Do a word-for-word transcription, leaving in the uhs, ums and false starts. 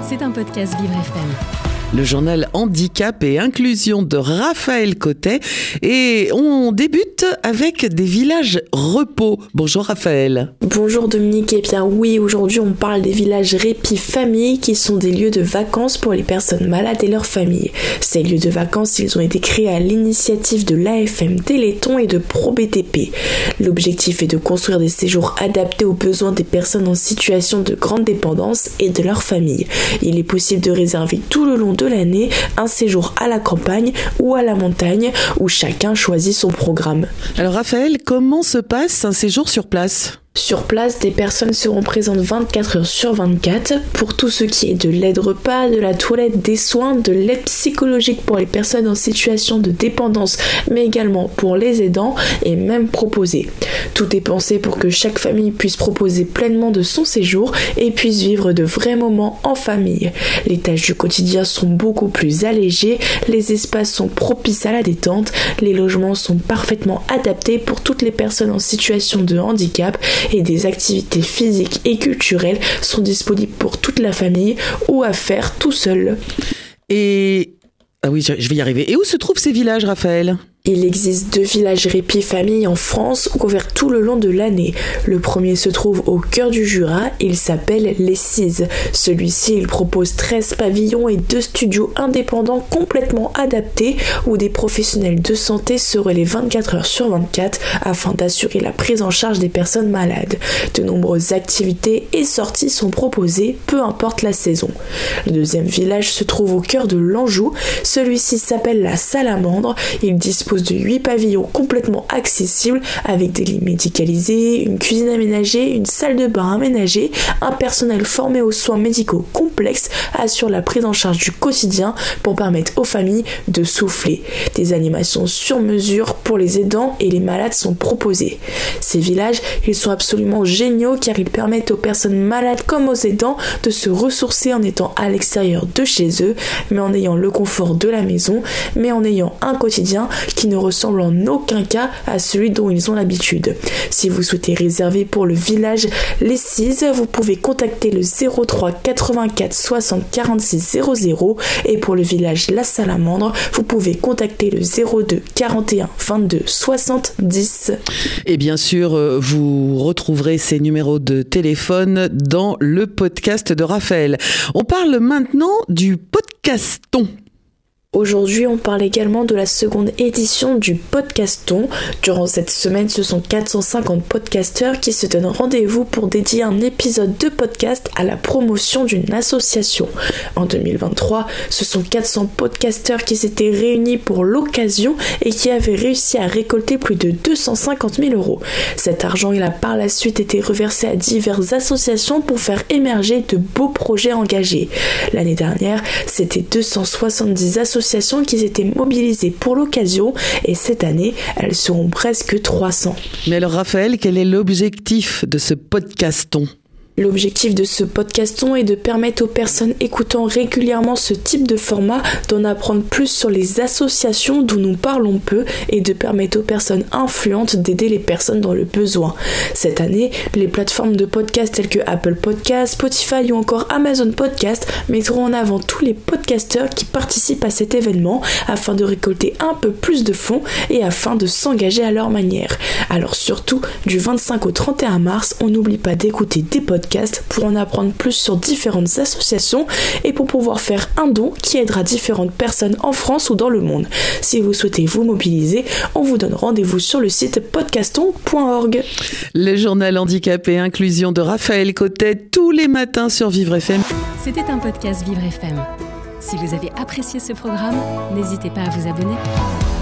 C'est un podcast Vivre F M. Le journal Handicap et Inclusion de Raphaël Cotet. Et on débute avec des villages repos. Bonjour Raphaël. Bonjour Dominique. Et bien oui, aujourd'hui on parle des villages répit famille qui sont des lieux de vacances pour les personnes malades et leurs familles. Ces lieux de vacances, ils ont été créés à l'initiative de l'A F M Téléthon et de ProBTP. L'objectif est de construire des séjours adaptés aux besoins des personnes en situation de grande dépendance et de leurs familles. Il est possible de réserver tout le long de l'année un séjour à la campagne ou à la montagne où chacun choisit son programme. Alors Raphaël, comment se passe un séjour sur place ? Sur place, des personnes seront présentes vingt-quatre heures sur vingt-quatre pour tout ce qui est de l'aide repas, de la toilette, des soins, de l'aide psychologique pour les personnes en situation de dépendance, mais également pour les aidants et même proposer. Tout est pensé pour que chaque famille puisse proposer pleinement de son séjour et puisse vivre de vrais moments en famille. Les tâches du quotidien sont beaucoup plus allégées, les espaces sont propices à la détente, les logements sont parfaitement adaptés pour toutes les personnes en situation de handicap et des activités physiques et culturelles sont disponibles pour toute la famille ou à faire tout seul. Et... Ah oui, je vais y arriver. Et où se trouvent ces villages, Raphaël ? Il existe deux villages répit famille en France, couverts tout le long de l'année. Le premier se trouve au cœur du Jura, il s'appelle Les Cises. Celui-ci, il propose treize pavillons et deux studios indépendants complètement adaptés où des professionnels de santé se relaient vingt-quatre heures sur vingt-quatre afin d'assurer la prise en charge des personnes malades. De nombreuses activités et sorties sont proposées, peu importe la saison. Le deuxième village se trouve au cœur de l'Anjou. Celui-ci s'appelle La Salamandre. Il dispose de huit pavillons complètement accessibles avec des lits médicalisés, une cuisine aménagée, une salle de bain aménagée, un personnel formé aux soins médicaux complexes assure la prise en charge du quotidien pour permettre aux familles de souffler. Des animations sur mesure pour les aidants et les malades sont proposées. Ces villages, ils sont absolument géniaux car ils permettent aux personnes malades comme aux aidants de se ressourcer en étant à l'extérieur de chez eux, mais en ayant le confort de la maison, mais en ayant un quotidien qui ne ressemble en aucun cas à celui dont ils ont l'habitude. Si vous souhaitez réserver pour le village Les Cises, vous pouvez contacter le zéro trois quatre-vingt-quatre soixante quarante-six zéro zéro et pour le village La Salamandre, vous pouvez contacter le zéro deux quarante et un vingt-deux soixante dix. Et bien sûr, vous retrouverez ces numéros de téléphone dans le podcast de Raphaël. On parle maintenant du podcaston. Aujourd'hui, on parle également de la seconde édition du Podcaston. Durant cette semaine, ce sont quatre cent cinquante podcasteurs qui se donnent rendez-vous pour dédier un épisode de podcast à la promotion d'une association. En deux mille vingt-trois, ce sont quatre cents podcasteurs qui s'étaient réunis pour l'occasion et qui avaient réussi à récolter plus de deux cent cinquante mille euros. Cet argent, il a par la suite été reversé à diverses associations pour faire émerger de beaux projets engagés. L'année dernière, c'était deux cent soixante-dix associations associations qui s'étaient mobilisées pour l'occasion et cette année, elles seront presque trois cents. Mais alors Raphaël, quel est l'objectif de ce podcaston ? L'objectif de ce podcaston est de permettre aux personnes écoutant régulièrement ce type de format d'en apprendre plus sur les associations dont nous parlons peu et de permettre aux personnes influentes d'aider les personnes dans le besoin. Cette année, les plateformes de podcast telles que Apple Podcast, Spotify ou encore Amazon Podcast mettront en avant tous les podcasteurs qui participent à cet événement afin de récolter un peu plus de fonds et afin de s'engager à leur manière. Alors surtout, du vingt-cinq au trente et un mars, on n'oublie pas d'écouter des podcasts pour en apprendre plus sur différentes associations et pour pouvoir faire un don qui aidera différentes personnes en France ou dans le monde. Si vous souhaitez vous mobiliser, on vous donne rendez-vous sur le site podcaston point org. Le journal Handicap et Inclusion de Raphaël Cotet tous les matins sur Vivre F M. C'était un podcast Vivre F M. Si vous avez apprécié ce programme, n'hésitez pas à vous abonner.